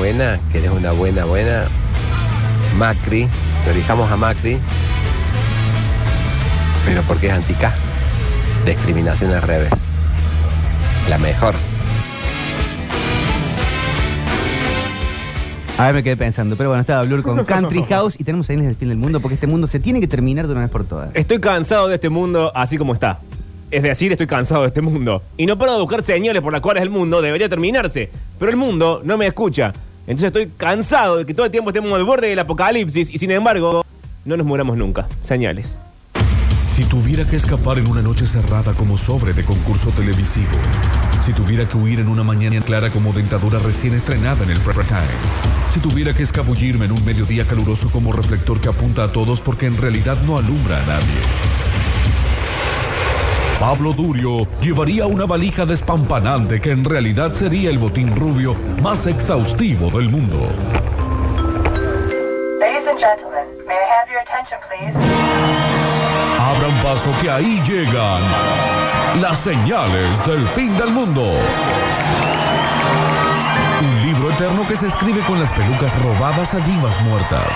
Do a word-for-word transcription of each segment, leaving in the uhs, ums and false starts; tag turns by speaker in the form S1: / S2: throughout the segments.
S1: buena, querés una buena, buena, Macri, lo elijamos a Macri, pero porque es anti-K, discriminación al revés, la mejor.
S2: A ver, me quedé pensando, pero bueno, estaba Blur con Country House y tenemos señales del fin del mundo porque este mundo se tiene que terminar de una vez por todas.
S3: Estoy cansado de este mundo así como está. Es decir, estoy cansado de este mundo. Y no paro de buscar señales por las cuales el mundo debería terminarse. Pero el mundo no me escucha. Entonces estoy cansado de que todo el tiempo estemos al borde del apocalipsis y sin embargo, no nos muramos nunca. Señales.
S4: Si tuviera que escapar en una noche cerrada como sobre de concurso televisivo. Si tuviera que huir en una mañana clara como dentadura recién estrenada en el prime time. Si tuviera que escabullirme en un mediodía caluroso como reflector que apunta a todos porque en realidad no alumbra a nadie. Pablo Durio llevaría una valija despampanante que en realidad sería el botín rubio más exhaustivo del mundo.
S5: Ladies and gentlemen, may I have your attention, please?
S4: Abran paso que ahí llegan las señales del fin del mundo. Un libro eterno que se escribe con las pelucas robadas a divas muertas.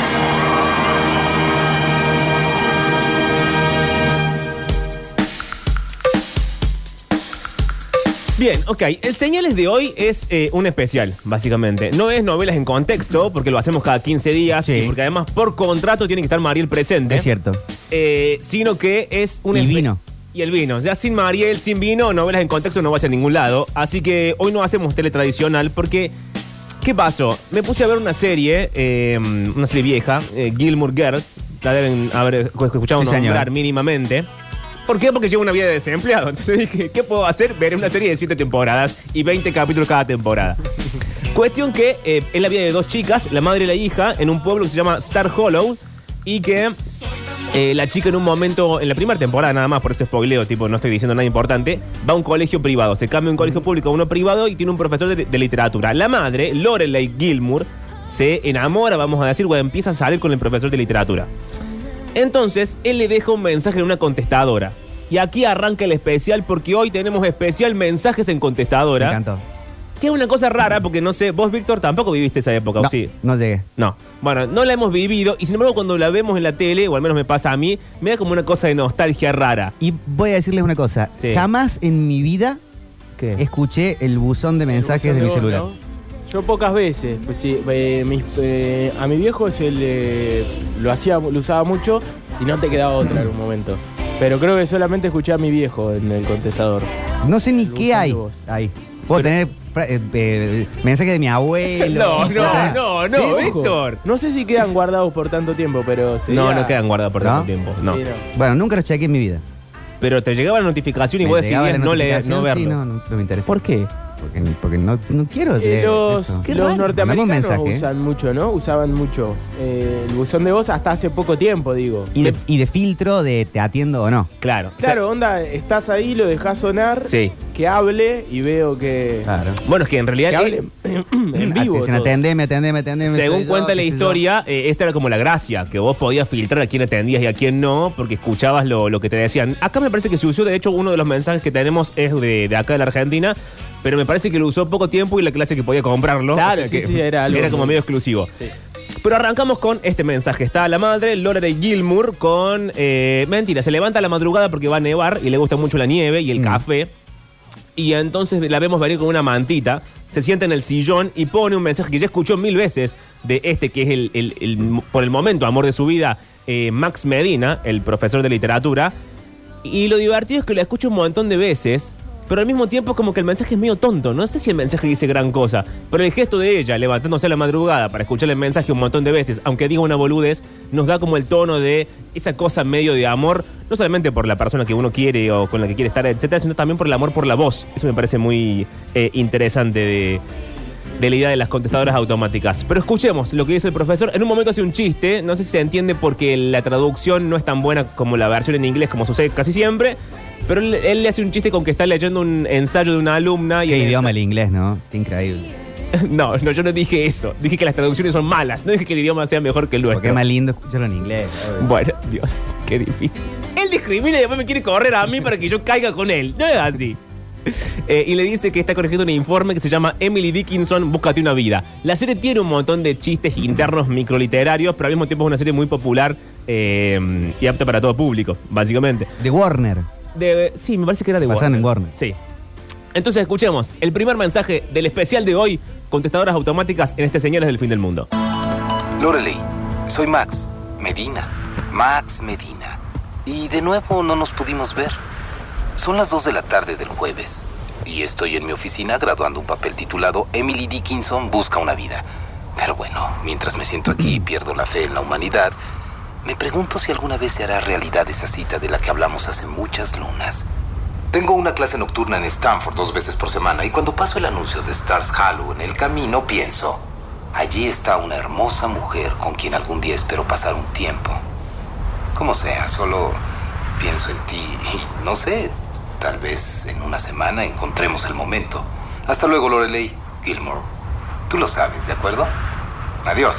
S3: Bien, ok. El Señales de hoy es eh, un especial, básicamente. No es novelas en contexto, porque lo hacemos cada quince días,
S2: Sí.
S3: y porque además por contrato tiene que estar Mariel presente.
S2: Es cierto.
S3: Eh, sino que es un...
S2: Y
S3: espe-
S2: vino.
S3: Y el vino. Ya sin Mariel, sin vino, novelas en contexto no va a ningún lado. Así que hoy no hacemos tele tradicional porque... ¿Qué pasó? Me puse a ver una serie, eh, una serie vieja, eh, Gilmore Girls. La deben haber escuchado
S2: Sí, señor.
S3: nombrar mínimamente. ¿Por qué? Porque llevo una vida de desempleado. Entonces dije, ¿qué puedo hacer? Veré una serie de siete temporadas y veinte capítulos cada temporada. Cuestión que eh, es la vida de dos chicas, la madre y la hija, en un pueblo que se llama Star Hollow y que eh, la chica en un momento, en la primera temporada nada más, por este spoileo, tipo, no estoy diciendo nada importante, va a un colegio privado, se cambia de un colegio público a uno privado y tiene un profesor de, de literatura. La madre, Lorelai Gilmore, se enamora, vamos a decir, o empieza a salir con el profesor de literatura. Entonces, él le deja un mensaje en una contestadora. Y aquí arranca el especial porque hoy tenemos especial mensajes en
S2: Me
S3: contestadora.
S2: encantó.
S3: Que es una cosa rara porque no sé, vos, Víctor, tampoco viviste esa época,
S2: No,
S3: ¿o sí?
S2: no llegué.
S3: No. Bueno, no la hemos vivido y sin embargo cuando la vemos en la tele, o al menos me pasa a mí, me da como una cosa de nostalgia rara.
S2: Y voy a decirles una cosa.
S3: Sí.
S2: Jamás en mi vida
S3: ¿Qué?
S2: escuché el buzón de mensajes de mi celular.
S6: ¿no? Yo pocas veces, pues sí, eh, mis, eh, a mi viejo se le, lo hacía, lo usaba mucho y no te quedaba otra en un momento. Pero creo que solamente escuché a mi viejo en el contestador.
S2: No sé ni
S6: El
S2: qué
S6: buzón
S2: hay
S6: de voz.
S2: ahí. Puedo tener fra- eh, eh, mensajes de mi abuelo.
S3: No,
S2: puedo
S3: no,
S2: tener-
S3: no, no,
S6: Sí, ojo.
S3: Víctor.
S6: No sé si quedan guardados por tanto tiempo, pero sería-
S3: No, no quedan guardados por
S2: ¿No?
S3: tanto tiempo. No.
S6: Sí, no.
S2: Bueno, nunca los chequeé en mi vida.
S3: Pero te llegaba la notificación y
S2: Me
S3: vos
S2: llegaba
S3: decidías
S2: la
S3: no leer,
S2: notificación,
S3: no verlo.
S2: Sí, no, no, no me interesa.
S3: ¿Por qué?
S2: Porque, porque no, no quiero
S6: Eh,
S2: leer
S6: los
S2: eso.
S3: Qué
S6: los
S3: raro.
S6: norteamericanos
S2: Mandame un mensaje,
S6: usan mucho, ¿no? Usaban mucho eh, el buzón de voz hasta hace poco tiempo, digo.
S2: Y de, y de filtro de te atiendo o no.
S3: Claro.
S6: Claro, onda, estás ahí, lo dejás sonar,
S3: Sí.
S6: que hable y veo que,
S2: Claro.
S3: Bueno, es que en realidad...
S6: que hable
S3: eh,
S6: en vivo.
S2: Dicen,
S6: todo.
S2: atendeme, atendeme, atendeme.
S3: Según
S2: soy yo,
S3: cuenta la
S2: qué sé yo.
S3: historia, eh, esta era como la gracia, que vos podías filtrar a quién atendías y a quién no, porque escuchabas lo, lo que te decían. Acá me parece que se usó, de hecho, uno de los mensajes que tenemos es de, de acá de la Argentina, pero me parece que lo usó poco tiempo y la clase que podía comprarlo.
S6: Claro,
S3: o sea
S6: sí,
S3: que
S6: sí, era algo
S3: como
S6: muy-
S3: medio exclusivo.
S6: Sí.
S3: Pero arrancamos con este mensaje. Está la madre, Lorelai Gilmore, con... Eh, mentira, se levanta a la madrugada porque va a nevar y le gusta mucho la nieve y el
S2: Mm.
S3: café. Y entonces la vemos venir con una mantita, se sienta en el sillón y pone un mensaje que ya escuchó mil veces de este que es el, el- el- por el momento, amor de su vida, eh, Max Medina, el profesor de literatura. Y lo divertido es que lo escucho un montón de veces, pero al mismo tiempo como que el mensaje es medio tonto. No sé si el mensaje dice gran cosa, pero el gesto de ella levantándose a la madrugada para escuchar el mensaje un montón de veces, aunque diga una boludez, nos da como el tono de esa cosa medio de amor, no solamente por la persona que uno quiere o con la que quiere estar, etcétera, sino también por el amor por la voz. Eso me parece muy eh, interesante de, de la idea de las contestadoras automáticas. Pero escuchemos lo que dice el profesor. En un momento hace un chiste, no sé si se entiende porque la traducción no es tan buena como la versión en inglés, como sucede casi siempre. Pero él, él le hace un chiste con que está leyendo un ensayo de una alumna. Y
S2: Qué
S3: el
S2: idioma
S3: ensa-
S2: el inglés, ¿no? Qué increíble.
S3: No, no, yo no dije eso. Dije que las traducciones son malas. No dije que el idioma sea mejor que el nuestro.
S2: Porque es más lindo escucharlo en inglés.
S3: Bueno, Dios, qué difícil. Él discrimina y después me quiere correr a mí para que yo caiga con él. No es así. Eh, y le dice que está corrigiendo un informe que se llama Emily Dickinson, Búscate una vida. La serie tiene un montón de chistes internos microliterarios, pero al mismo tiempo es una serie muy popular eh, y apta para todo público, básicamente.
S2: De Warner.
S3: De, sí, me parece que era de
S2: Basada
S3: Warner.
S2: en Warner.
S3: Sí. Entonces escuchemos el primer mensaje del especial de hoy, contestadoras automáticas en este Señales del Fin del Mundo.
S7: Lorelei, soy Max Medina. Max Medina. Y de nuevo no nos pudimos ver. Son las dos de la tarde del jueves. Y estoy en mi oficina graduando un papel titulado Emily Dickinson busca una vida. Pero bueno, mientras me siento aquí y pierdo la fe en la humanidad, me pregunto si alguna vez se hará realidad esa cita de la que hablamos hace muchas lunas. Tengo una clase nocturna en Stanford dos veces por semana y cuando paso el anuncio de Stars Hollow en el camino pienso, allí está una hermosa mujer con quien algún día espero pasar un tiempo. Como sea, solo pienso en ti y no sé, tal vez en una semana encontremos el momento. Hasta luego, Lorelei Gilmore. Tú lo sabes, ¿de acuerdo? Adiós.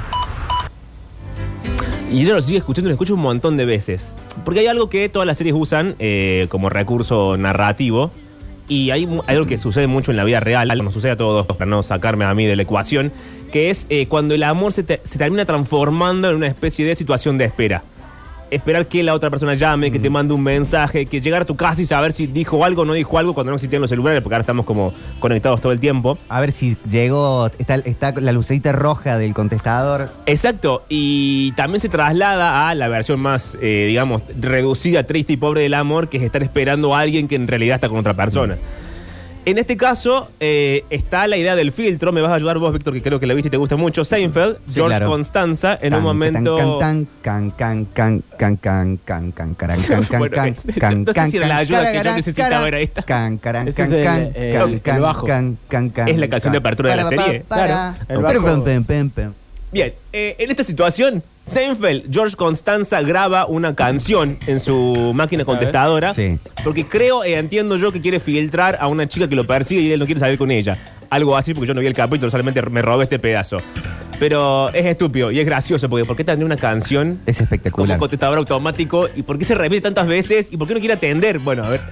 S3: Y yo lo sigo escuchando y lo escucho un montón de veces. Porque hay algo que todas las series usan eh, como recurso narrativo. Y hay, hay algo que sucede mucho en la vida real, nos sucede a todos, para no sacarme a mí de la ecuación, que es eh, cuando el amor se, te, se termina transformando en una especie de situación de espera. Esperar que la otra persona llame, que te mande un mensaje, que llegar a tu casa y saber si dijo algo o no dijo algo cuando no existían los celulares, porque ahora estamos como conectados todo el tiempo.
S2: A ver si llegó, está, está la lucecita roja del contestador.
S3: Exacto, y también se traslada a la versión más, eh, digamos, reducida, triste y pobre del amor, que es estar esperando a alguien que en realidad está con otra persona. En este caso, eh, está la idea del filtro. Me vas a ayudar vos, Víctor, que creo que la viste y te gusta mucho. Seinfeld,
S2: Sí,
S3: George
S2: claro.
S3: Constanza, en
S2: Can,
S3: un momento...
S2: Can, can, can, can, can, can, can, can, can, can, can,
S3: Bueno,
S2: can,
S3: eh,
S2: can,
S3: no sé si era la
S2: can,
S3: ayuda que yo
S2: can,
S3: necesitaba,
S2: can,
S3: era esta.
S2: can, can,
S6: Ese
S2: can,
S6: es el,
S2: can,
S6: eh,
S2: can,
S6: el
S2: can,
S6: bajo.
S2: can, can, can,
S3: Es la canción de apertura de la
S2: para,
S3: serie.
S2: para,
S6: Claro, el
S2: pero,
S6: bajo.
S2: pem, pem, pem, pem.
S3: Bien, eh, en esta situación, Seinfeld, George Constanza graba una canción en su máquina contestadora.
S2: Sí.
S3: Porque creo, eh, entiendo yo, que quiere filtrar a una chica que lo persigue y él no quiere salir con ella. Algo así, porque yo no vi el capítulo, solamente me robé este pedazo. Pero es estúpido y es gracioso, porque ¿por qué tendría una canción
S2: Es
S3: como
S2: espectacular.
S3: contestador automático? ¿Y por qué se repite tantas veces? ¿Y por qué no quiere atender? Bueno, a ver.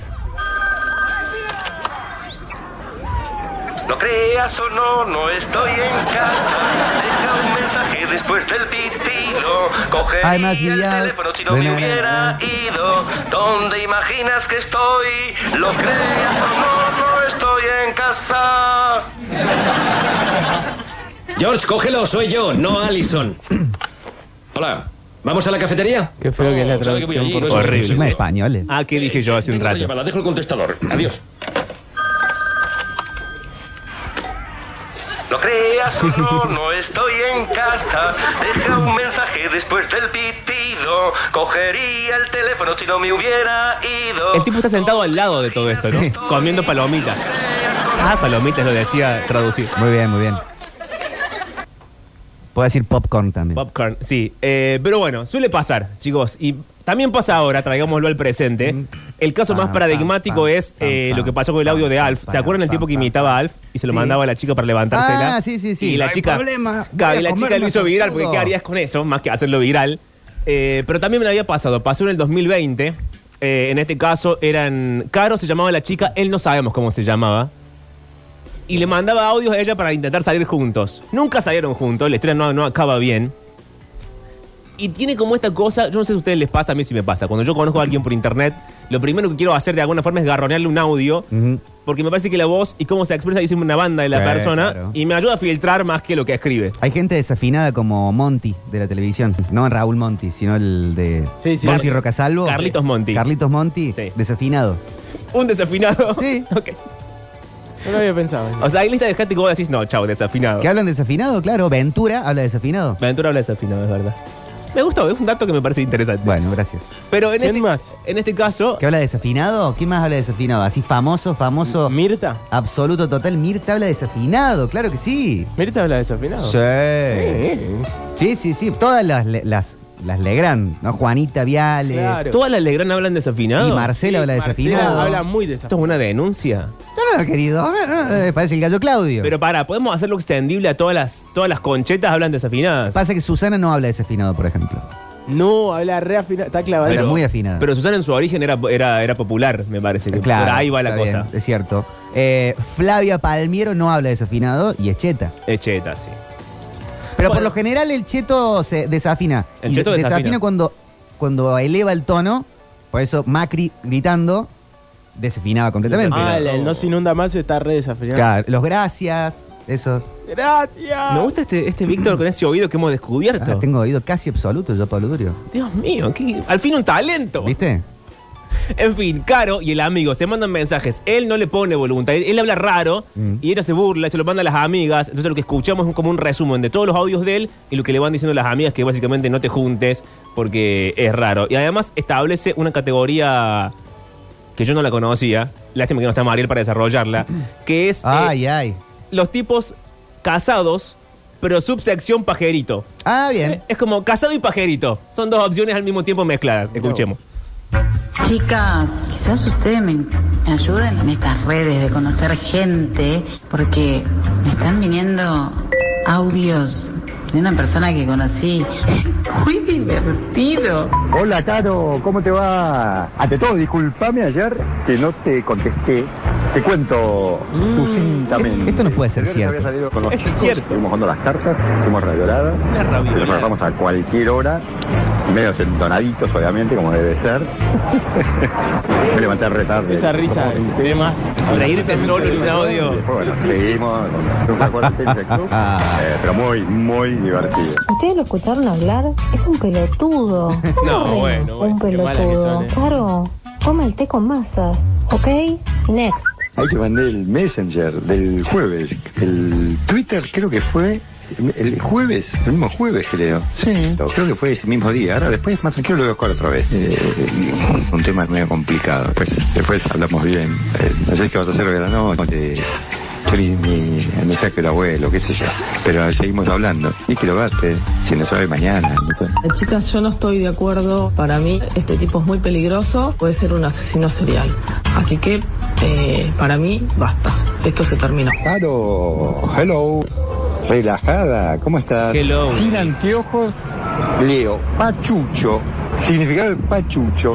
S8: No creas o no, no estoy en casa. Deja un mensaje después del pitido. Cogería
S2: Ay, más
S8: el
S2: liado.
S8: teléfono si no me hubiera ido. ¿Dónde imaginas que estoy? Lo creas o no, no estoy en casa.
S9: George, cógelo, soy yo, no Allison. Hola, ¿vamos a la cafetería?
S6: Qué feo que es la
S9: No, sabe que voy
S6: traducción,
S9: allí,
S6: por
S9: no es
S6: favor.
S3: Horrible.
S2: Encima español. eh.
S3: Ah, ¿qué dije yo hace un
S9: Tengo la
S3: rato?
S9: llamada, dejo el contestador. Adiós.
S8: No creas o no, no estoy en casa. Deja un mensaje después del pitido. Cogería el teléfono si no me hubiera ido.
S3: El tipo está sentado al lado de todo esto, ¿no?
S2: Sí.
S3: Comiendo palomitas. Ah, palomitas lo decía traducido.
S2: Muy bien, muy bien. Puedo decir popcorn también.
S3: Popcorn, sí. Eh, pero bueno, suele pasar, chicos. Y también pasa ahora, traigámoslo al presente. El caso más
S2: Pam,
S3: paradigmático
S2: pam,
S3: es
S2: pam,
S3: eh,
S2: pam,
S3: lo que pasó con el audio de
S2: pam,
S3: Alf.
S2: pam,
S3: ¿Se acuerdan el tipo que
S2: pam,
S3: imitaba
S2: pam.
S3: a Alf y se lo
S2: Sí.
S3: mandaba a la chica para levantársela?
S2: Ah, sí, sí, sí.
S3: Y la
S2: No hay
S3: chica,
S2: problema,
S3: Claro,
S2: voy
S3: y
S2: a
S3: la chica
S2: comerme
S3: lo hizo
S2: con
S3: viral,
S2: todo.
S3: porque ¿qué harías con eso? Más que hacerlo viral. Eh, pero también me lo había pasado. Pasó en el dos mil veinte. Eh, en este caso eran... Caro se llamaba la chica, él no sabemos cómo se llamaba. Y le mandaba audios a ella para intentar salir juntos. Nunca salieron juntos, la historia no, no acaba bien. Y tiene como esta cosa, yo no sé si a ustedes les pasa, a mí sí me pasa. Cuando yo conozco a alguien por internet, lo primero que quiero hacer de alguna forma es garronearle un audio,
S2: Ujú.
S3: porque me parece que la voz y cómo se expresa dice una banda de la
S2: Sí,
S3: persona,
S2: claro.
S3: y me ayuda a filtrar más que lo que escribe.
S2: Hay gente desafinada como Monty de la televisión. No Raúl Monty, sino el de
S6: Sí, sí.
S2: Monty
S3: Car-
S2: Rocasalvo.
S3: Carlitos Monti.
S2: Carlitos Monti,
S3: Sí.
S2: desafinado.
S3: Un desafinado.
S2: Sí.
S3: Ok.
S6: No lo había pensado.
S3: O sea, hay lista de gente que vos decís, no, chau, desafinado.
S2: ¿Que hablan desafinado? Claro, Ventura habla desafinado.
S3: Ventura habla desafinado, es verdad. Me gustó, es un dato que me parece interesante.
S2: Bueno, gracias.
S3: Pero en
S6: ¿Quién
S3: este,
S6: más?
S3: en este caso,
S2: ¿Qué habla desafinado? ¿Quién más habla desafinado? Así famoso, famoso,
S6: ¿Mirta?
S2: absoluto, total. Mirta habla desafinado, claro que sí.
S6: ¿Mirta habla desafinado?
S2: Sí. Sí, sí, sí. Todas las, le- las, las Legrand, ¿no? Juanita Viale.
S6: Claro.
S3: todas las Legrand hablan desafinado.
S2: Y Marcela habla
S6: Marcela
S2: desafinado.
S6: habla muy
S3: Esto es
S6: desafinado.
S3: una denuncia.
S2: No, no, querido. A ver, no, eh, parece el gallo Claudio.
S3: Pero para, ¿podemos hacerlo extendible a todas las, todas las conchetas hablan desafinadas?
S2: Pasa que Susana no habla desafinado, por ejemplo.
S6: No, habla re afinada. Está clavada.
S2: Era muy afinada.
S3: Pero Susana en su origen era, era, era popular, me parece. Que
S2: Claro,
S3: por ahí va la
S2: está
S3: cosa.
S2: bien, es cierto. Eh, Flavia Palmiero no habla desafinado y es cheta.
S3: Es cheta, sí.
S2: Pero
S3: Bueno.
S2: por lo general el cheto se desafina.
S3: El
S2: Y
S3: cheto
S2: desafina,
S3: desafina.
S2: cuando, cuando eleva el tono. Por eso Macri gritando desafinaba completamente.
S6: Ah, el, el no se inunda más está re desafinado.
S2: Claro, los gracias, eso.
S6: Gracias.
S3: Me gusta este, este Víctor con ese oído que hemos descubierto.
S2: Ah, tengo oído casi absoluto yo, Pablo Durio.
S3: Dios mío, qué- al fin un talento.
S2: ¿Viste?
S3: En fin, Caro y el amigo se mandan mensajes. Él no le pone voluntad, él, él habla raro
S2: Mm.
S3: y ella se burla y se lo manda a las amigas. Entonces lo que escuchamos es como un resumen de todos los audios de él y lo que le van diciendo las amigas, que básicamente no te juntes porque es raro. Y además establece una categoría que yo no la conocía, lástima que no está Mariel para desarrollarla, que es eh,
S2: Ay, ay.
S3: los tipos casados, pero subsección pajerito.
S2: Ah, bien.
S3: Es como casado y pajerito. Son dos opciones al mismo tiempo mezcladas. Escuchemos.
S10: Chicas, quizás ustedes me ayuden en estas redes de conocer gente, porque me están viniendo audios de una persona que conocí. Muy divertido.
S11: Hola, Caro, ¿cómo te va? Ante todo, discúlpame ayer que no te contesté. Te cuento sucintamente.
S2: Esto no puede ser
S11: Ayer
S2: cierto.
S11: había salido con los
S3: Esto es
S11: chicos,
S3: cierto.
S11: Estuvimos jugando las cartas, hicimos raviolada.
S3: Una raviolada.
S11: Nos agarramos a cualquier hora, medio entonaditos, obviamente, como debe ser. Me levanté re tarde.
S6: Esa risa, ve más.
S3: Reírte solo en un audio.
S11: Después, bueno, seguimos. No me acuerdo el Tense Club, eh, pero muy, muy divertido.
S12: ¿Ustedes lo escucharon hablar? Es un pelotudo. ¿Cómo
S3: No,
S12: reír?
S3: bueno, bueno,
S12: Un
S6: qué mala que
S12: pelotudo.
S6: son, eh.
S12: Claro, toma el té con masas. ¿Ok? Next.
S11: Ahí te mandé el Messenger del jueves. El Twitter creo que fue el jueves, el mismo jueves creo. Sí. Creo que fue ese mismo día. Ahora después más tranquilo lo voy a buscar otra vez. Eh, un tema medio complicado. Después, después hablamos bien. Eh, no sé qué vas a hacer hoy a la noche. Mi, mi, no sé que el abuelo, qué sé yo. Pero seguimos hablando. Y que lo gaste. Si no sabe mañana, no sé.
S13: Chicas, yo no estoy de acuerdo. Para mí, este tipo es muy peligroso. Puede ser un asesino serial. Así que, eh, para mí, basta. Esto se terminó.
S11: Claro, hello. Relajada, ¿cómo estás?
S3: Hello.
S11: Sin anteojos, leo. Pachucho. Significado de pachucho.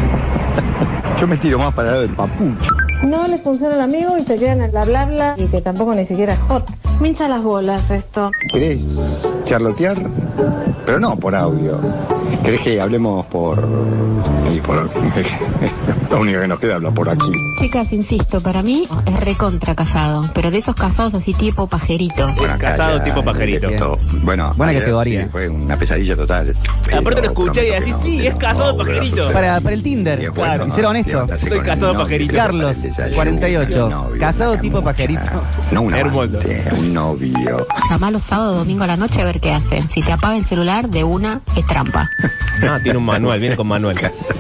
S11: Yo me tiro más para el lado del papucho.
S12: No les funciona el amigo y se quedan en la bla bla y que tampoco ni siquiera es hot. Me hincha las bolas esto.
S11: ¿Querés charlotear? Pero no por audio. ¿Querés que hablemos por... y por... Lo único que nos queda habla por aquí.
S12: Chicas, insisto, para mí es recontra casado, pero de esos casados así tipo pajeritos.
S11: Bueno, acá
S3: Casado
S11: ya-
S3: tipo pajerito.
S11: Todo. Bueno,
S2: Buena
S11: ayer
S2: categoría.
S11: sí, fue una pesadilla total.
S3: Aparte lo
S11: Pero
S3: escuché y
S11: prometo que
S3: decís,
S11: no,
S3: sí,
S11: que
S3: es
S11: no,
S3: casado
S11: no,
S3: pajerito.
S11: no,
S2: Para, para el Tinder.
S11: Y es
S2: Claro.
S11: bueno,
S2: Y ser honesto.
S11: levantarse
S3: Soy
S11: con
S3: casado
S11: el novio,
S3: pajerito.
S11: que
S2: Carlos,
S11: parece desayuno,
S2: cuarenta y ocho.
S11: un novio,
S2: Casado
S11: una
S2: tipo
S11: camucha.
S2: pajerito.
S11: No un
S3: Hermoso.
S11: amante, un novio.
S12: Llamá los sábados, domingo a la noche a ver qué hacen. Si te apaga el celular, de una es trampa.
S3: Ah, tiene un manual, viene con manual.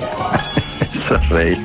S11: Eso es reír.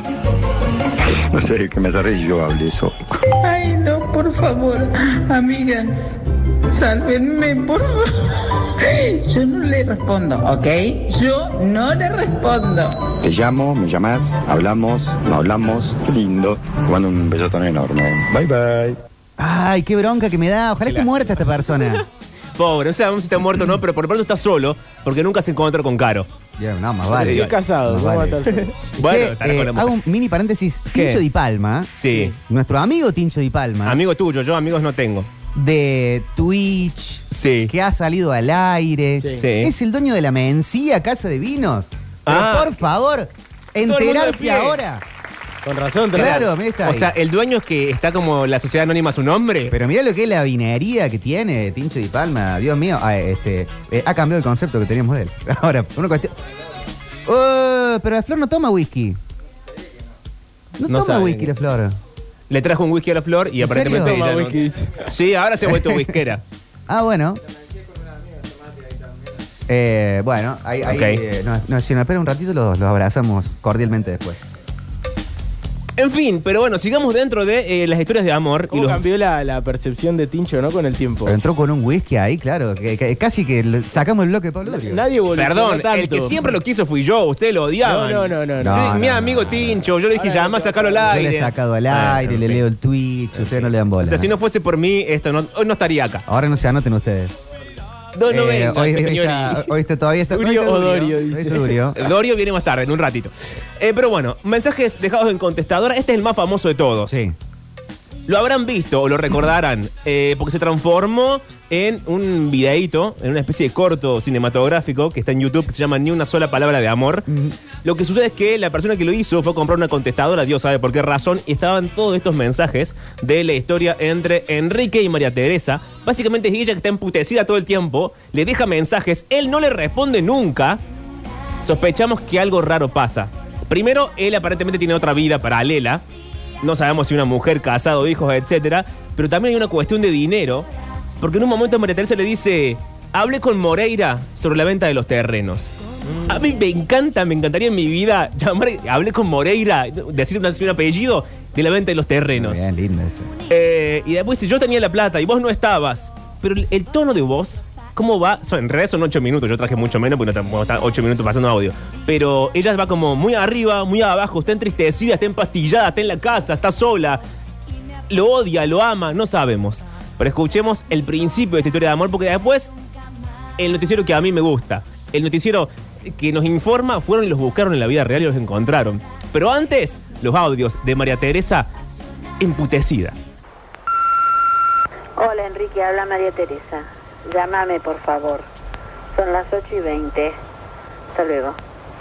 S11: No sé, que me hace reír y yo hable eso.
S13: Ay, no, por favor. Amigas, sálvenme, por favor. Yo no le respondo, ¿ok? Yo no le respondo.
S11: Te llamo, me llamás, hablamos, no hablamos, qué lindo. Te mando un besotón enorme. Bye bye.
S2: Ay, qué bronca que me da. Ojalá esté
S3: lástima.
S2: muerta esta persona.
S3: Pobre, no sabemos si está muerto o no, pero por lo pronto está solo, porque nunca se encontró con Caro.
S2: Ya, no, más vale.
S6: Sí, casado,
S2: Más
S6: ¿cómo va a
S2: vale.
S6: estar solo?
S3: Bueno,
S2: Che,
S3: estará con
S2: eh,
S3: la mujer.
S2: hago un mini paréntesis.
S3: ¿Qué?
S2: Tincho Di Palma,
S3: Sí.
S2: nuestro amigo Tincho Di Palma,
S3: Amigo tuyo, yo amigos no tengo.
S2: de Twitch,
S3: Sí.
S2: que ha salido al aire,
S6: Sí.
S3: Sí.
S2: es el dueño de la Mencía Casa de Vinos. Pero
S3: Ah.
S2: por favor,
S3: el mundo de
S2: enterarse
S3: pie.
S2: ahora.
S6: Con razón, te
S2: Claro, mira, está
S3: O
S2: ahí.
S3: sea, el dueño es que está como la sociedad anónima a su nombre.
S2: Pero mira lo que es la vinería que tiene Tincho Di Palma. Dios mío, ah, este, eh, ha cambiado el concepto que teníamos de él. Ahora, una cuestión. Oh, pero la Flor no toma whisky. No,
S3: No
S2: toma
S3: sabe
S2: whisky
S3: que-
S2: la Flor.
S3: Le trajo un whisky a la Flor y
S2: ¿En
S3: aparentemente
S2: serio?
S3: ella
S6: Toma
S3: no-
S6: whisky, dice.
S3: Sí, ahora se ha vuelto whiskera.
S2: Ah, bueno. Eh, bueno, ahí, ahí
S3: Ok.
S2: eh, no, no, si nos espera un ratito los, los abrazamos cordialmente después.
S3: En fin, pero bueno, sigamos dentro de eh, las historias de amor. Y
S6: ¿Cómo
S3: los...
S6: cambió la, la percepción de Tincho, no? Con el tiempo.
S2: Pero entró con un whisky ahí, claro. Que, que- casi que le sacamos el bloque de Pablo Durio.
S6: Nadie volvió
S3: Perdón,
S6: tanto.
S3: el que siempre lo quiso fui yo, usted lo odiaba.
S6: No, no, no, no,
S2: no.
S3: Mi
S2: no,
S3: amigo
S2: no.
S3: Tincho, yo le dije,
S6: Ahora
S3: llama a
S6: no te
S3: sacarlo al
S2: Yo
S3: aire.
S2: le he sacado al
S3: Bueno,
S2: aire,
S3: en
S2: le
S3: fin.
S2: leo el Twitch, ustedes no le dan bola.
S3: O sea, si no fuese por mí, esto no, hoy no estaría acá.
S2: Ahora no se anoten ustedes.
S3: No, no
S2: Eh,
S3: venga,
S2: hoy,
S3: señor.
S2: está, hoy está todavía está.
S6: Durio
S2: hoy está
S6: o Dorio,
S2: Hoy
S6: dice.
S2: está Durio.
S3: Dorio viene más tarde, en un ratito. Eh, pero bueno, mensajes dejados en contestadora. Este es el más famoso de todos.
S2: Sí.
S3: Lo habrán visto o lo recordarán, eh, porque se transformó en un videíto, en una especie de corto cinematográfico que está en YouTube, que se llama Ni una sola palabra de amor.
S2: Mm.
S3: Lo que sucede es que la persona que lo hizo fue a comprar una contestadora, Dios sabe por qué razón, y estaban todos estos mensajes de la historia entre Enrique y María Teresa. Básicamente es ella que está emputecida todo el tiempo, le deja mensajes, él no le responde nunca. Sospechamos que algo raro pasa. Primero, él aparentemente tiene otra vida paralela. No sabemos si una mujer, casado, hijos, etcétera. Pero también hay una cuestión de dinero. Porque en un momento María Teresa le dice: hablé con Moreira sobre la venta de los terrenos. A mí me encanta, me encantaría en mi vida llamar, hablé con Moreira, decir un, un apellido de la venta de los terrenos.
S2: Bien, lindo eso.
S3: Eh, y después dice: yo tenía la plata y vos no estabas. Pero el, el tono de voz, ¿cómo va? Son, en realidad son ocho minutos, yo traje mucho menos porque no estamos está ocho minutos pasando audio. Pero ella va como muy arriba, muy abajo, está entristecida, está empastillada, está en la casa, está sola. Lo odia, lo ama, no sabemos. Pero escuchemos el principio de esta historia de amor, porque después el noticiero que a mí me gusta, el noticiero que nos informa, fueron y los buscaron en la vida real y los encontraron. Pero antes, los audios de María Teresa emputecida.
S14: Hola Enrique, habla María Teresa. Llámame por favor. Son las ocho y veinte. Hasta luego.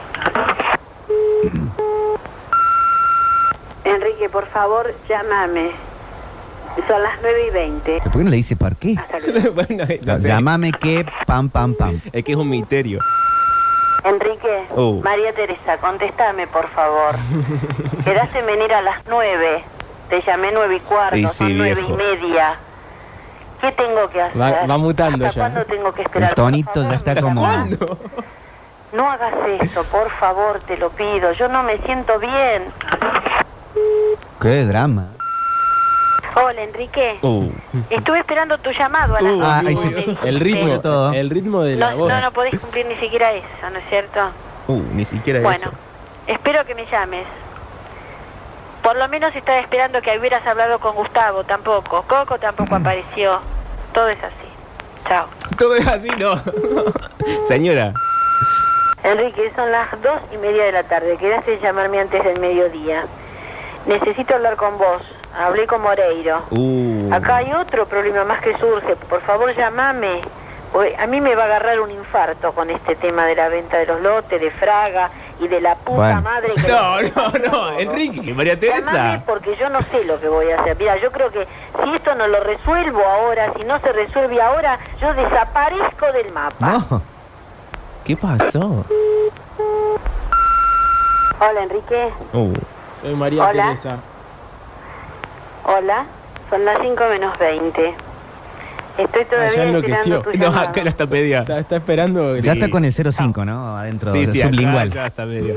S14: Enrique, por favor, llámame. Son las nueve y veinte.
S2: ¿Por qué no le dice por qué?
S14: Hasta luego.
S3: Bueno, no sé.
S2: Llámame que pam, pam, pam.
S3: Es que es un misterio.
S14: Enrique,
S3: Oh.
S14: María Teresa, contestame por favor. Quedaste en venir a las nueve. Te llamé nueve y cuarto,
S3: Y sí,
S14: son nueve
S3: viejo.
S14: y media. ¿Qué tengo que hacer?
S6: Va, va mutando
S14: ¿Hasta
S6: ya.
S14: cuándo tengo que esperar?
S2: El tonito ya está como.
S14: No hagas eso, por favor, te lo pido. Yo no me siento bien.
S2: Qué drama.
S14: Hola, Enrique.
S3: Uh.
S14: Estuve esperando tu llamado a las
S6: Uh,
S2: Ah,
S14: nueve,
S2: ahí
S14: como
S2: sí.
S14: me dijiste.
S6: El ritmo,
S2: todo.
S6: el ritmo de la
S14: No,
S6: voz.
S14: no, no podés cumplir ni siquiera eso, ¿no es cierto?
S3: Uh, ni siquiera
S14: Bueno,
S3: eso.
S14: espero que me llames. Por lo menos estaba esperando que hubieras hablado con Gustavo, tampoco. Coco tampoco apareció. Todo es así. Chao.
S3: Todo es así, no. Señora.
S14: Enrique, son las dos y media de la tarde. Quedaste en llamarme antes del mediodía. Necesito hablar con vos. Hablé con Moreiro.
S3: Uh.
S14: Acá hay otro problema más que surge. Por favor, llámame. Porque a mí me va a agarrar un infarto con este tema de la venta de los lotes, de Fraga y de la puta
S2: Bueno.
S14: madre que...
S3: No, no, no, Enrique, María
S14: Llámame
S3: Teresa.
S14: porque yo no sé lo que voy a hacer. Mira, yo creo que si esto no lo resuelvo ahora, si no se resuelve ahora, yo desaparezco del mapa.
S2: No.
S3: ¿Qué pasó?
S14: Hola, Enrique.
S3: Uh.
S6: Soy María
S14: Hola.
S6: Teresa.
S14: Hola. Son las cinco menos veinte. Estoy todavía
S6: ya
S14: esperando
S6: enloqueció.
S14: tu
S3: No,
S14: llamado.
S3: acá no está pedida.
S6: Está, está esperando.
S2: Ya está con el cero cinco, ¿no? Adentro,
S3: Sí,
S2: de
S3: sí, acá
S2: sublingual.
S3: ya está pedida.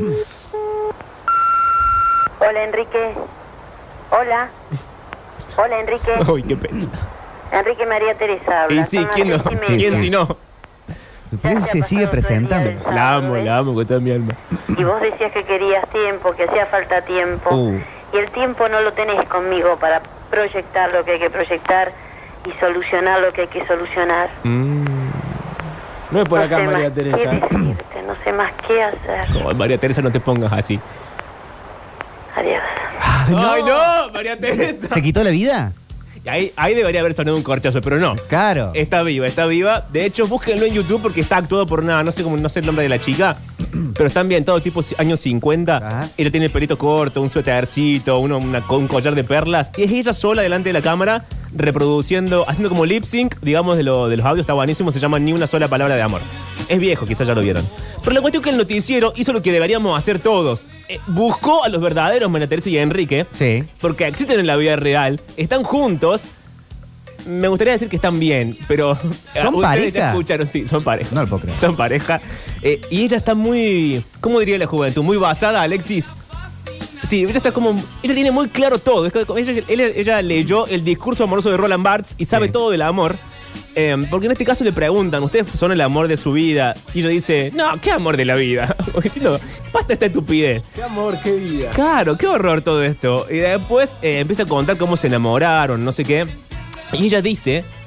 S14: Hola, Enrique. Hola. Hola, Enrique.
S3: Uy, qué pena.
S14: Enrique María Teresa habla.
S3: Y sí,
S14: Son las
S3: ¿quién no?
S14: seis y
S2: Sí,
S3: ¿Quién
S14: media.
S3: si no?
S2: ¿Por qué se sigue presentando?
S3: La amo, la amo con toda mi alma.
S14: Y vos decías que querías tiempo, que hacía falta tiempo.
S3: Uh.
S14: Y el tiempo no lo tenés conmigo para proyectar lo que hay que proyectar y solucionar lo que hay que solucionar.
S3: Mm.
S6: No es por
S14: No
S6: acá,
S14: sé
S6: María
S14: más
S6: Teresa.
S14: qué decirte, no sé más qué hacer.
S3: No, María Teresa, no te pongas así.
S14: Adiós.
S3: ¡Ay, no! María Teresa.
S2: ¿Se quitó la vida?
S3: Ahí, ahí debería haber sonado un corchazo, pero no.
S2: Claro.
S3: Está viva, está viva. De hecho, búsquenlo en YouTube porque está actuado por una, no sé cómo, no sé el nombre de la chica, pero está ambientado tipo años cincuenta.
S2: Ajá.
S3: Ella tiene el pelito corto, un suétercito, uno, una- un collar de perlas. Y es ella sola delante de la cámara, reproduciendo, haciendo como lip sync, digamos, de, lo, de los audios. Está buenísimo, se llama Ni una sola palabra de amor. Es viejo, quizás ya lo vieron. Pero la cuestión es que el noticiero hizo lo que deberíamos hacer todos. Eh, buscó a los verdaderos María Teresa y Enrique.
S2: Sí.
S3: Porque existen en la vida real, están juntos. Me gustaría decir que están bien, pero
S2: ¿Son
S3: ustedes
S2: pareja?
S3: ya escucharon, sí, son pareja.
S2: No lo puedo creer.
S3: Son pareja. Eh, y ella está muy, ¿cómo diría la juventud? Muy basada, Alexis. Sí, ella está como, ella tiene muy claro todo. Es como- ella, ella, ella leyó el discurso amoroso de Roland Barthes y sabe
S2: Sí.
S3: todo del amor. Eh, porque en este caso le preguntan, ¿ustedes son el amor de su vida? Y ella dice, no, ¿qué amor de la vida? Como diciendo, basta esta estupidez.
S6: Qué amor, qué vida.
S3: Claro, qué horror todo esto. Y después eh, empieza a contar cómo se enamoraron, no sé qué. Y ella dice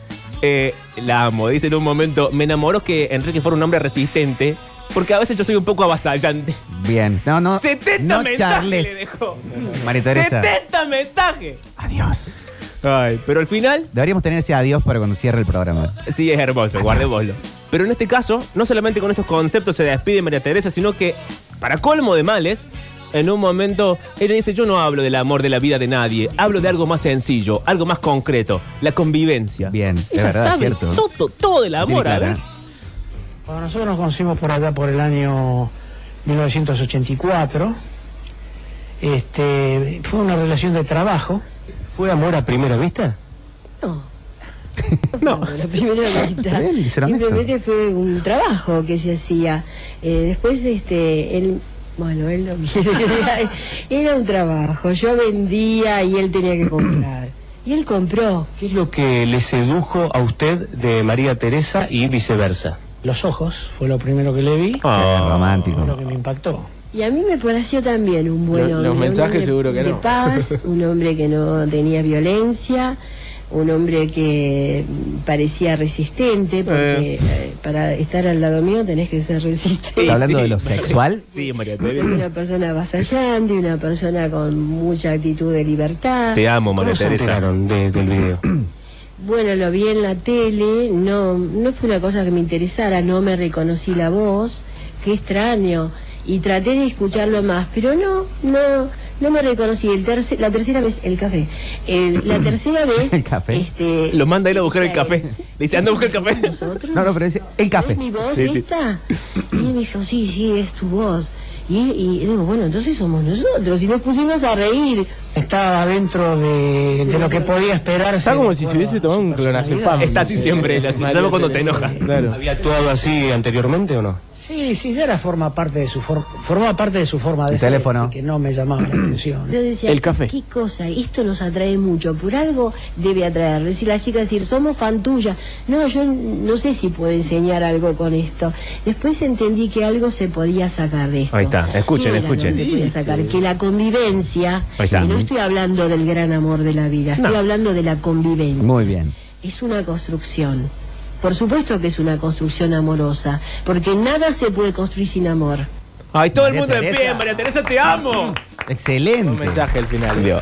S3: Eh, la amo. Dice en un momento, me enamoró que Enrique fuera un hombre resistente, porque a veces yo soy un poco avasallante.
S2: Bien. No, no.
S3: setenta
S2: no
S3: mensajes
S2: charles.
S3: le dejó.
S2: María Teresa.
S3: setenta mensajes.
S2: Adiós.
S3: Ay, pero al final...
S2: Deberíamos tener ese adiós para cuando cierre el programa.
S3: Sí, es hermoso, guardémoslo. Pero en este caso, no solamente con estos conceptos se despide María Teresa, sino que, para colmo de males, en un momento ella dice, yo no hablo del amor de la vida de nadie, hablo de algo más sencillo, algo más concreto, la convivencia.
S2: Bien, es
S3: ella
S2: verdad,
S3: sabe
S2: cierto.
S3: todo, todo del amor, a ver.
S15: Bueno, nosotros nos conocimos por allá por el año mil novecientos ochenta y cuatro. Este, fue una relación de trabajo.
S9: ¿Fue amor a primera vista?
S16: No.
S3: No.
S16: La primera vista.
S2: Bien, será
S16: Simplemente
S2: honesto.
S16: fue un trabajo que se hacía. Eh, después, este, él, bueno, él no quiere creer. Era un trabajo. Yo vendía y él tenía que comprar. Y él compró.
S9: ¿Qué es lo que le sedujo a usted de María Teresa y viceversa?
S15: Los ojos fue lo primero que le vi.
S2: Qué romántico.
S15: Lo que me impactó.
S16: Y a mí me pareció también un buen
S6: Los-
S16: hombre.
S6: los
S16: un
S6: mensajes
S16: hombre
S6: seguro que
S16: de
S6: no.
S16: paz, un hombre que no tenía violencia, un hombre que parecía resistente, porque eh, para estar al lado mío tenés que ser resistente.
S2: ¿Está hablando de lo sexual?
S3: Sí, María
S16: Sos
S3: Teresa.
S16: una persona avasallante, una persona con mucha actitud de libertad.
S3: Te amo, María
S9: ¿Cómo se
S3: Teresa.
S9: enteraron de- del video?
S16: Bueno, lo vi en la tele, no, no fue una cosa que me interesara, no me reconocí la voz, qué extraño. Y traté de escucharlo más, pero no, no, no me reconocí. El terce- la tercera vez, el café. El- la tercera vez,
S2: El café.
S16: este,
S3: Lo manda a ir a buscar el café. Le dice, anda a buscar el café.
S16: nosotros.
S2: No, no, pero dice el
S16: ¿Es
S2: café.
S16: mi voz
S3: Sí, sí.
S16: esta? Y él me dijo, sí, sí, es tu voz. Y, y digo, bueno, entonces somos nosotros. Y nos pusimos a reír.
S15: Estaba dentro de, de lo que podía esperarse.
S6: Está como si se hubiese tomado un clonazepam.
S3: Está así siempre ella, así,
S6: María
S3: salvo cuando se
S6: Teresa.
S3: enoja.
S6: Claro.
S9: ¿Había actuado así anteriormente o no?
S15: Sí, sí, era forma parte de su for- formaba parte de su forma de
S2: El
S15: ser,
S2: teléfono.
S15: así que no me llamaba la atención.
S16: Yo decía,
S6: El café.
S16: ¿qué cosa? Esto nos atrae mucho, por algo debe atraer. Decir la chica, decir, somos fan tuya. No, yo no sé si puedo enseñar algo con esto. Después entendí que algo se podía sacar de esto.
S3: Ahí está, escuchen,
S16: ¿Qué era lo que
S3: escuchen.
S16: se podía sacar? Que la convivencia,
S3: Ahí está.
S16: y no estoy hablando del gran amor de la vida, estoy
S3: No.
S16: hablando de la convivencia.
S2: Muy bien.
S16: Es una construcción. Por supuesto que es una construcción amorosa, porque nada se puede construir sin amor.
S3: Ay, todo el
S2: María
S3: mundo de
S2: Teresa.
S3: pie, María Teresa, te amo.
S2: Excelente.
S6: Un mensaje al final.
S3: Dios.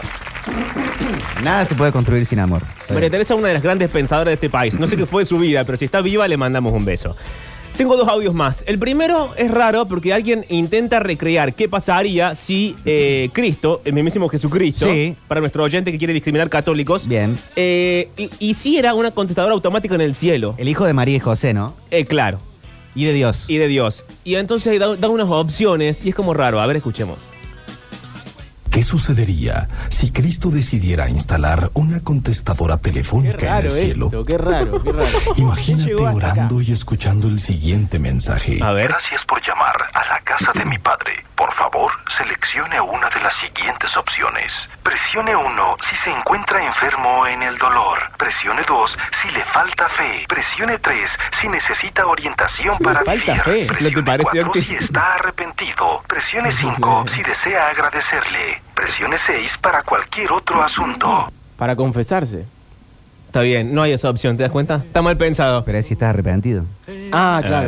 S2: Nada se puede construir sin amor.
S3: María Teresa es una de las grandes pensadoras de este país. No sé qué fue de su vida, pero si está viva le mandamos un beso. Tengo dos audios más. El primero es raro porque alguien intenta recrear qué pasaría si eh, Cristo, el mismísimo Jesucristo,
S2: Sí.
S3: para nuestro oyente que quiere discriminar católicos,
S2: Bien.
S3: eh, hi- hiciera una contestadora automática en el cielo.
S2: El hijo de María y José, ¿no?
S3: Eh, claro.
S2: Y de Dios.
S3: Y de Dios. Y entonces da, da unas opciones y es como raro. A ver, escuchemos.
S17: ¿Qué sucedería si Cristo decidiera instalar una contestadora
S6: Qué
S17: telefónica en el
S6: raro
S17: cielo?
S6: esto, qué raro, qué raro.
S17: Imagínate
S6: Llegó hasta
S17: orando y escuchando el siguiente mensaje.
S3: A ver.
S18: Gracias por llamar a la casa de mi padre. Por favor, seleccione una de las siguientes opciones. Presione uno si se encuentra enfermo en el dolor. Presione dos si le falta fe. Presione tres si necesita orientación
S6: Si le
S18: para
S6: falta
S18: vivir.
S6: fe. ¿No te
S18: Presione
S3: parece,
S18: cuatro
S3: Octi?
S18: si está arrepentido. Presione cinco si desea agradecerle. Presione seis para cualquier otro asunto.
S6: Para confesarse.
S3: Está bien, no hay esa opción, ¿te das cuenta? Está mal pensado.
S2: Pero ahí sí estás arrepentido.
S6: Ah, claro.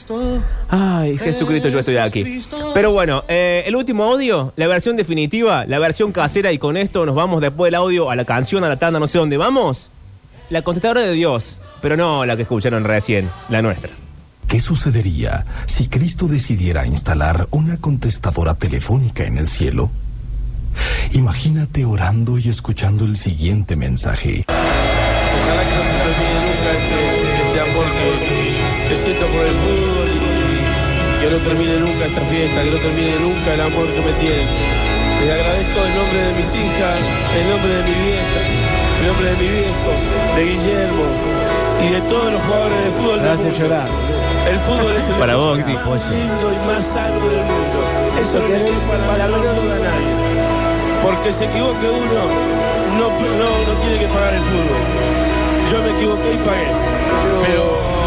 S3: Ay, Jesucristo, yo estoy aquí. Pero bueno, eh, el último audio, la versión definitiva, la versión casera, y con esto nos vamos después del audio a la canción, a la tanda, no sé dónde vamos. La contestadora de Dios, pero no la que escucharon recién, la nuestra.
S17: ¿Qué sucedería si Cristo decidiera instalar una contestadora telefónica en el cielo? Imagínate orando y escuchando el siguiente mensaje.
S19: Ojalá que no se termine nunca este, este amor que, que siento por el fútbol y que no termine nunca esta fiesta, que no termine nunca el amor que me tienen. Les agradezco en nombre de mis hijas, en nombre de mi vieja, en nombre de mi viejo, de Guillermo y de todos los jugadores de fútbol.
S6: Me hace llorar.
S19: El fútbol es el
S3: Para vos,
S19: deporte más lindo y más sano del mundo. Eso no le quepa la menor duda a nadie. Porque se equivoque uno, no, no, no tiene que pagar el fútbol. Yo me equivoqué y pagué. Pero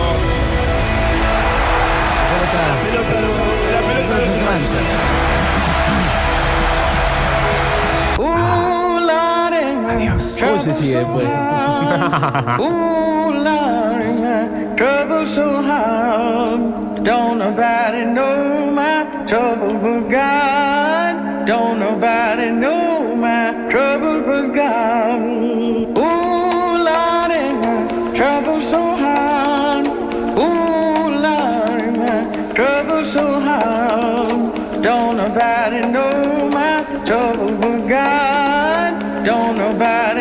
S19: la pelota no, la pelota no se mancha.
S2: Adiós.
S6: ¿Cómo se sigue después?
S13: Lord, my trouble so hard. Don't nobody know my trouble but God. Don't nobody know my trouble but God. Oh, Lord, my trouble so hard. Oh, Lord, my trouble so hard. Don't nobody know my trouble but God. Don't nobody